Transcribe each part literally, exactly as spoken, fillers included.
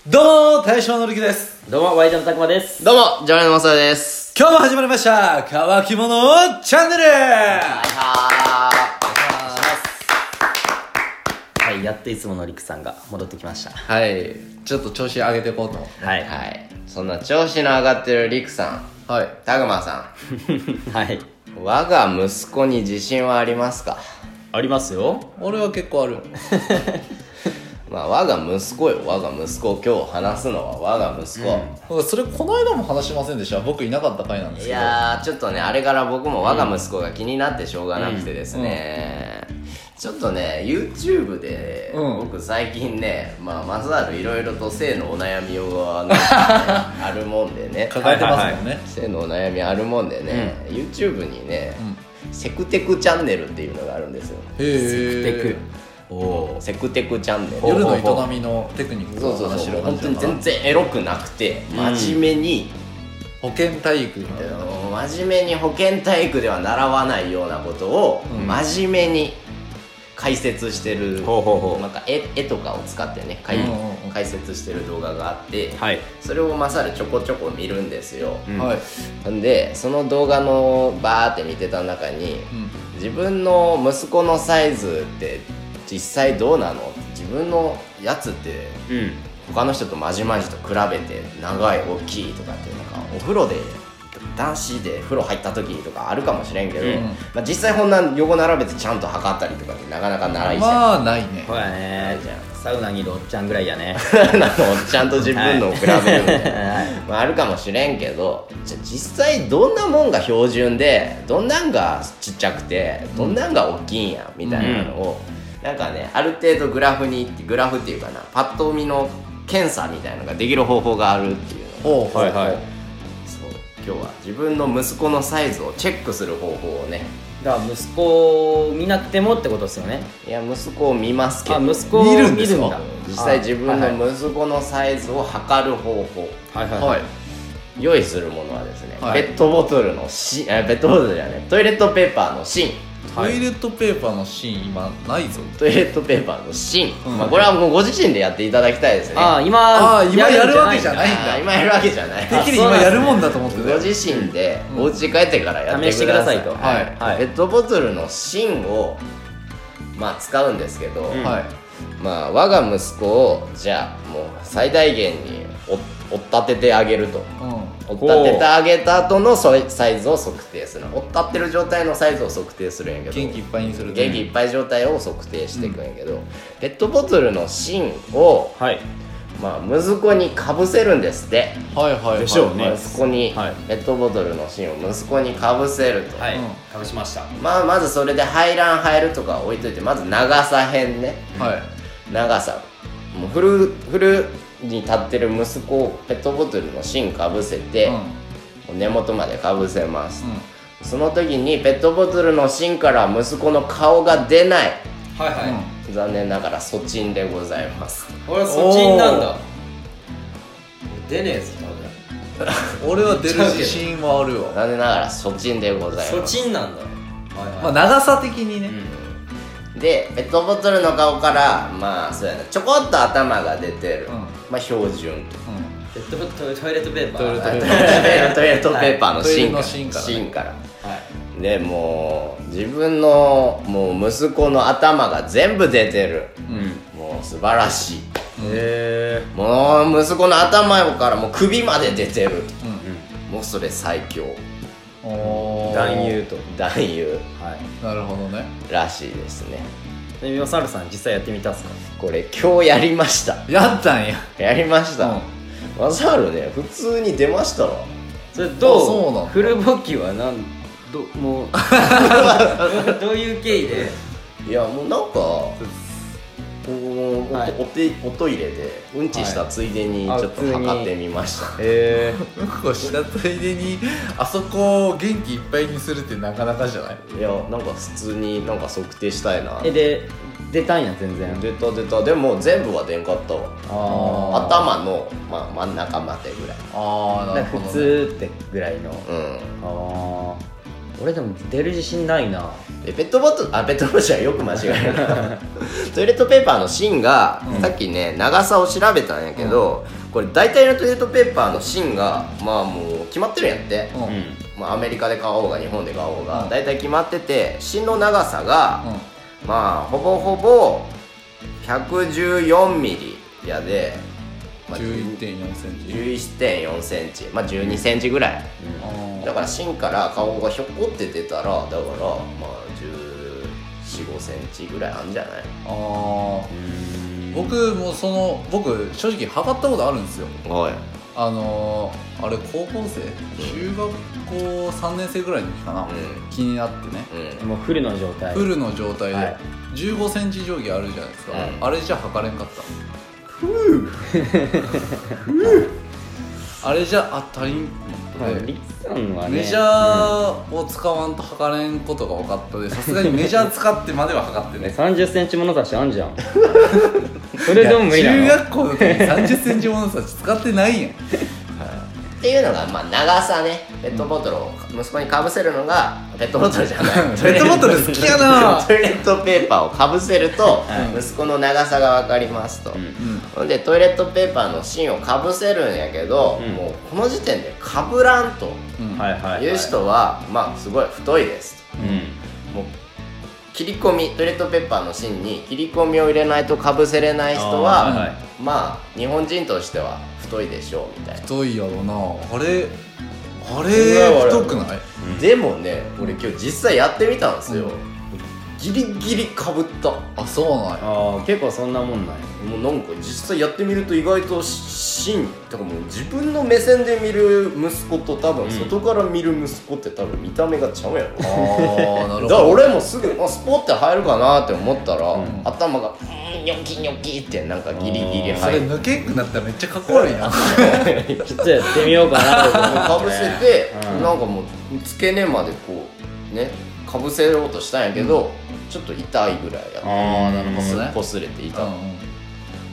どうも大将のりきです。 どうもワイドのたくまです。 どうもジョレのまさです。 今日も始まりました乾き物チャンネル。 はい、やっといつものりくさんが戻ってきました。 はい、 ちょっと調子上げていこうと思って、 はいはい、そんな調子の上がってるりくさん、 はい、 たぐまさんはい、 我が息子に自信はありますか？ ありますよ。 俺は結構あるまあ我が息子よ、我が息子。今日話すのは我が息子、 うん、それこの間も話しませんでした？僕いなかった回なんですけど。 いやーちょっとね、あれから僕も我が息子が気になってしょうがなくてですね、うんうん、ちょっとね YouTube で、うん、僕最近ね、まあまずあるいろいろと性のお悩みを、ね、あるもんでね抱えてますもんね、はいはいはい、 性のお悩みあるもんでね、うん、YouTube にね、うん、セクテクチャンネルっていうのがあるんですよ。 へー、 セクテクおセクテクチャンネル、 夜の営みのテクニックを話してる感じ。本当に全然エロくなくて、真面目に、 うん、保健体育みたいな、 真面目に保健体育では習わないようなことを、うん、真面目に解説してる、ほうほうほう、なんか 絵, 絵とかを使ってね、解、うんうんうん、解説してる動画があって、はい、それをまさるちょこちょこ見るんですよ、うん、はい、なんでその動画のバーって見てた中に、うん、自分の息子のサイズって実際どうなの？自分のやつって、うん、他の人とまじまじと比べて長い大きいとかってなんかお風呂で男子で風呂入った時とかあるかもしれんけど、うん、まあ、実際こんな横並べてちゃんと測ったりとかってなかなかないじゃん。 まあないね。 そうやね。サウナにいるおっちゃんぐらいやねおっちゃんと自分のを比べるみたいな、はい、まあ、あるかもしれんけど、じゃあ実際どんなもんが標準でどんなんがちっちゃくてどんなんが大きいんやみたいなのを、うん、なんかね、ある程度グラフにグラフっていうかな、パッと見の検査みたいなのができる方法があるっていうのを、はいはい、そう今日は自分の息子のサイズをチェックする方法をね。 だから息子を見なくてもってことですよね。 いや、息子を見ますけど。 あ、息子を見るんですか？ 実際自分の息子のサイズを測る方法、はいはいはい、用意するものはですね、はい、ペットボトルの芯、ペットボトルじゃない、トイレットペーパーの芯。 トイレットペーパーの芯今ないぞ。 トイレットペーパーの芯、うん、まあ、これはもうご自身でやっていただきたいですね。 ああ、今あ今やるわけじゃないんだ。 今やるわけじゃない。 てっきり今やるもんだと思ってた。 ご自身でお家帰ってからやってください。 試してくださいと、 はいはい、ペットボトルの芯をまあ使うんですけど、うん、はい、まあ我が息子をじゃあもう最大限に追っ立ててあげると、うん、追っ立ててあげた後のサイズを測定する。追っ立ってる状態のサイズを測定するんやけど、 元気いっぱいにする、 元気いっぱい状態を測定していくんやけど、うん、ペットボトルの芯を、はい、まあ息子にかぶせるんですって。 はいはいはい、 でしょうね。 息子に、はい、ペットボトルの芯を息子にかぶせると、 はい、かぶしました。 まあまずそれで排卵入るとか置いといて、まず長さ編ね、はい、長さもうフルフルに立ってる息子をペットボトルの芯かぶせて、うん、根元までかぶせます、うん、その時にペットボトルの芯から息子の顔が出ない、はいはい、うん、残念ながらソチンでございます。 俺はソチンなんだ。出ねえぞ多分俺は出る自信はあるわ。 残念ながらソチンでございます。 ソチンなんだ、 はいはい、まあ、長さ的にね、 うん、でペットボトルの顔からまあそうやな、ちょこっと頭が出てる、うん、まあ標準と、 ペットボトル、トイレットペーパー、 トイレットペーパートイレットペーパーの芯から、 芯から、 はい、でもう自分のもう息子の頭が全部出てる、うん、もう素晴らしい。へー、もう息子の頭からもう首まで出てる、うんうん、もうそれ最強。 お男優と男優、 はい、なるほどね、 らしいですね。 でミオサルさん実際やってみたんすか？ これ今日やりました。 やったんや。 やりました、うん、マサールね普通に出ましたわ。 それどう？そうなんフルボッキはなんどもうどういう経緯で？ いやもうなんかお, はい、お, ておトイレでうんちしたついでにちょっと測ってみました。へえー、うんこしたついでにあそこを元気いっぱいにするってなかなかじゃない？ いやなんか普通になんか測定したいな。 えで出たんや全然。 出た出た。でも全部は出んかったわ。あ頭の、まあ、真ん中までぐらい。 ああなるほど、ね、普通ってぐらいの。うん。ああ俺でも出る自信ないな。 えペットボトルあペットボトルじゃよく間違えたトイレットペーパーの芯が、うん、さっきね長さを調べたんやけど、 これ大体のトイレットペーパーの芯がまあもう決まってるんやって、 うん、 まあ、アメリカで買おうが日本で買おうが大体決まってて、芯の長さが、うん、まあほぼほぼひゃくじゅうよんミリやで、 まあ、じゅういってんよんセンチじゅういってんよんセンチ、まあじゅうにセンチぐらい、うん、だから芯から顔がひょっこって出たらだからまあじゅうよん、ごセンチぐらいあるんじゃない？ ああ、僕もその僕正直測ったことあるんですよ。 はい。 あのー、あれ高校生、中学校さんねん生ぐらいの時かな、うん、気になってね、 うん、もうフルの状態フルの状態で、はい、じゅうごセンチ定規あるじゃないですか、うん、あれじゃ測れんかったふうふうあれじゃあ足りん、 まあリクさんはね、 メジャーを使わんと測れんことが分かったので、さすがにメジャー使ってまでは測ってねさんじゅっセンチ物差しあんじゃんそれでも無理なの？ 中学校の時にさんじゅっセンチ物差し使ってないやんっていうのが、まあ、長さね、ペットボトルを息子にかぶせるのが、ペットボトルじゃないペットボトル好きやなトイレットペーパーをかぶせると、息子の長さが分かりますと、うん、でトイレットペーパーの芯をかぶせるんやけど、うん、もうこの時点でかぶらんという人は、まあすごい太いですと、うん、もう切り込み、トイレットペーパーの芯に切り込みを入れないとかぶせれない人は、はいはい、まあ日本人としては太いでしょうみたいな。 太いやろなあれあれ太くない？ うん、でもね俺今日実際やってみたんですよ、うん、ギリギリかぶった。 あ、そうなんや。 あ結構そんなもんなんや。 もうなんか実際やってみると意外と芯だからもう自分の目線で見る息子と多分外から見る息子って多分見た目がちゃうやろ、うん、ああなるほど。だから俺もすぐ、まあ、スポッて入るかなって思ったら、うん、頭がうんニョキニョキってなんかギリギリ入る。 それ抜けんくなったらめっちゃかっこ悪いなちょっとやってみようかなとかぶせて、うん、なんかもう付け根までこうねかぶせようとしたんやけど、うん、ちょっと痛いぐらいやった。 ああなるほどね。 こすれて痛い、うん、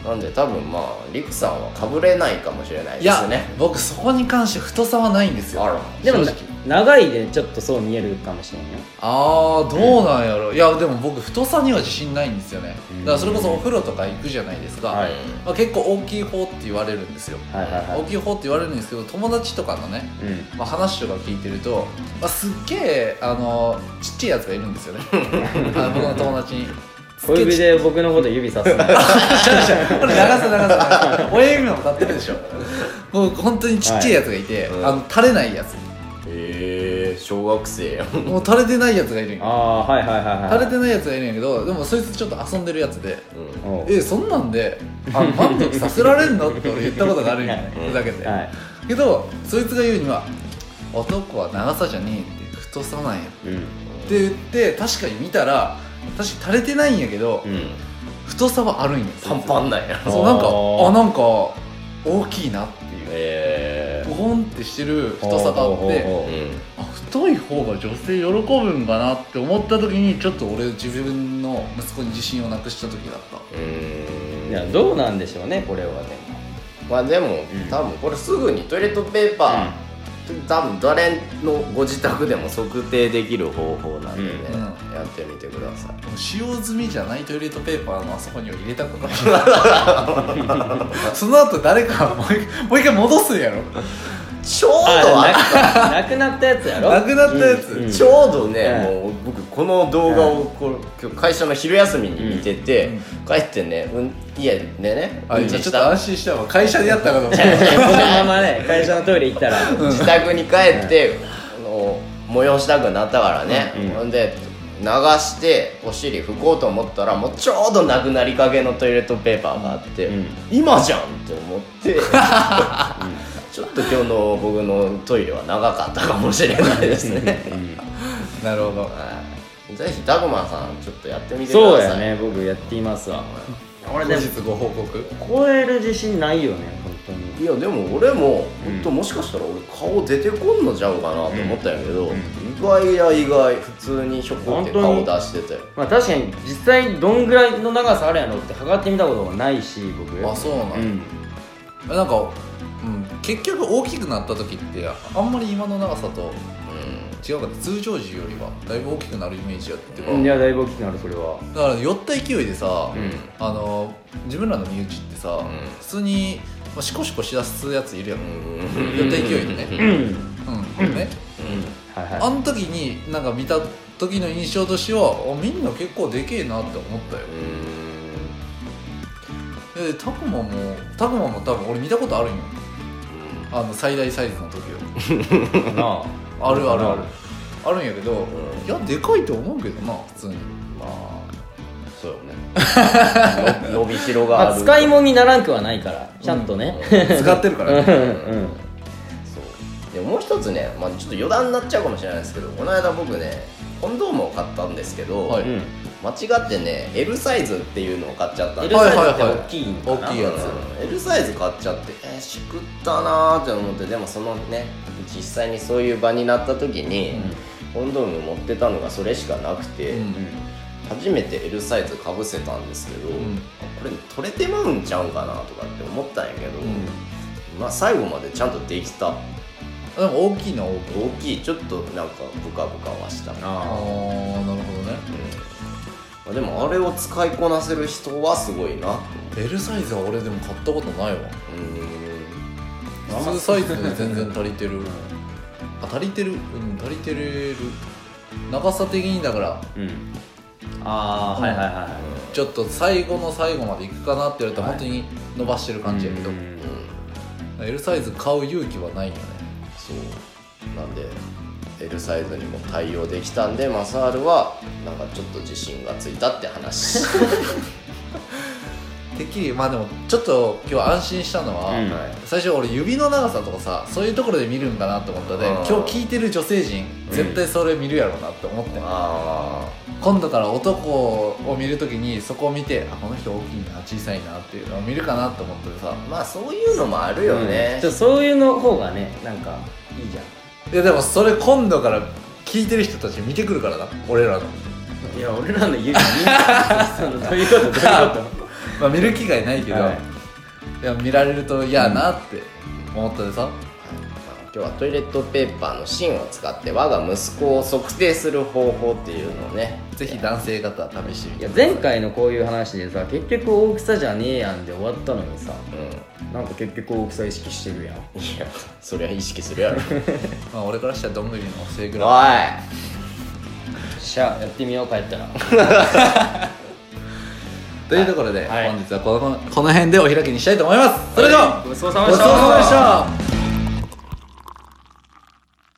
なんで多分まあリクさんはかぶれないかもしれないですね。いや僕そこに関して太さはないんですよ。 あらでも長いでちょっとそう見えるかもしれんよ。 ああどうなんやろ、うん、いやでも僕太さには自信ないんですよね。だからそれこそお風呂とか行くじゃないですか、はい、まあ、結構大きい方って言われるんですよ、はいはいはい、大きい方って言われるんですけど友達とかのね、うん、まあ、話とか聞いてると、まあ、すっげえあのちっちゃいやつがいるんですよねあの僕の友達に小指で僕のこと指さすなこれ長さ長さ親指も立ってるでしょもう本当にちっちゃいやつがいて、はい、あの垂れないやつ。 へえー、小学生やもう垂れてないやつがいるんや。 あーはいはいはいはい。 垂れてないやつがいるんやけど、でもそいつちょっと遊んでるやつで、うん、えそんなんであ満足させられんのって俺言ったことがあるんやねふざけて、はい、けどそいつが言うには男は長さじゃねえって太さなんや、うん、って言って確かに見たら確かに垂れてないんやけど、うん、太さはあるんや。 パンパンなんや。 そうなんかあなんか大きいなっていう、えー、ボコンってしてる太さがあって、うん、あ太い方が女性喜ぶんかなって思った時にちょっと俺自分の息子に自信をなくした時だった。 うーん、いやどうなんでしょうねこれは。でもまあでも、うん、多分これすぐにトイレットペーパー、うん、多分誰のご自宅でも測定できる方法なんでね、うん、やってみてください。 使用済みじゃないトイレットペーパーのあそこには入れたことないその後誰かもう一回、もう一回戻すんやろちょうどあなくなったやつやろ。 なくなったやつ、 うんうん、ちょうどね、うん、もう僕この動画をこう今日会社の昼休みに見てて、うん、帰ってね、うん、家でね、 あ、じゃあちょっと安心したわ。会社でやったかと思ってこのままね会社のトイレ行ったら自宅に帰って、うん、あの催したくなったからね、ほ、うん、んで流してお尻拭こうと思ったらもうちょうどなくなりかけのトイレットペーパーがあって、うん、今じゃんって思ってちょっと今日の僕のトイレは長かったかもしれないですねうん、なるほど、 ぜひタグマンさんちょっとやってみてください。 そうやね、僕やってみますわ。 俺でも後日ご報告。 超える自信ないよね本当に。 いやでも俺も本当もしかしたら俺顔出てこんのちゃうかなと思ったんやけど、うんうん、意外や意外普通にひょこって顔出してて、 まあ確かに実際どんぐらいの長さあるやろって測ってみたことがないし僕。 あ、そうなんや、うん、なんか、うん、結局大きくなった時ってあんまり今の長さと違うか、通常時よりはだいぶ大きくなるイメージやってば、 いやだいぶ大きくなる。それはだから寄った勢いでさ、うん、あの自分らの身内ってさ、うん、普通にあ、シコシコしだすやついるやん、寄った勢いでねうん、うんね、うんはいはい、あの時になんか見た時の印象としてはみんな結構でけえなって思ったよ。でタクマもタクマも多分俺見たことあるんよ、あの最大サイズの時をなああるあるあるあるんやけど、うん、いやでかいと思うけどな普通に。まあそうよね伸びしろがある、 まあ、使い物にならんくはないからちゃんとね、 うんうん、使ってるからね、うん、そうでももう一つね、まあ、ちょっと余談になっちゃうかもしれないですけど、この間僕ねコンドームを買ったんですけど、はい、間違ってね L サイズっていうのを買っちゃったんで、 L サイズって大きいんかな、 大きいやつ、 うん、L サイズ買っちゃってえー、しくったなーって思って、でもそのね実際にそういう場になった時に、うん、コンドーム持ってたのがそれしかなくて、うんうん、初めて L サイズかぶせたんですけど、うん、これ取れてまうんちゃうんかなとかって思ったんやけど、うん、まあ最後までちゃんとできた。 でも大きいのは大きい大きいちょっとなんかブカブカはした。ああなるほどね、 うん、でもあれを使いこなせる人はすごいな。 L サイズは俺でも買ったことないわ。うん普通サイズで全然足りてるあ足りてるうん足りてる長さ的にだから、うん、 ああ、うん、はいはいはい、 ちょっと最後の最後までいくかなって言われたら本当に伸ばしてる感じやけど、はい、うん、L サイズ買う勇気はないよね。 そうなんで L サイズにも対応できたんでマサールはなんかちょっと自信がついたって話てっきりまあでもちょっと今日安心したのは、うん、最初俺指の長さとかさそういうところで見るんかなと思ったので、今日聞いてる女性陣絶対それ見るやろうなって思って、うん、あ今度から男を見るときにそこを見てあこの人大きいな小さいなっていうのを見るかなと思ってさ、 まあそういうのもあるよね、 うん、そういうの方がねなんかいいじゃん。 いやでもそれ今度から聞いてる人たち見てくるからな俺らの。 いや俺らの指見たそのどういうことどういうことまあ見る機会ないけど、はい、いや見られると嫌なって思ったでさ、うん、 今日はトイレットペーパーの芯を使って我が息子を測定する方法っていうのをねぜひ男性方試してみてください。いや前回のこういう話でさ結局大きさじゃねえやんで終わったのにさ、うん、なんか結局大きさ意識してるやん。いやそりゃ意識するやろまあ俺からしたらどんぐりの背ぐらい。 おいしゃやってみよう帰ったらというところで、はい、本日はこの、この辺でお開きにしたいと思います。それではごちそうさまでした。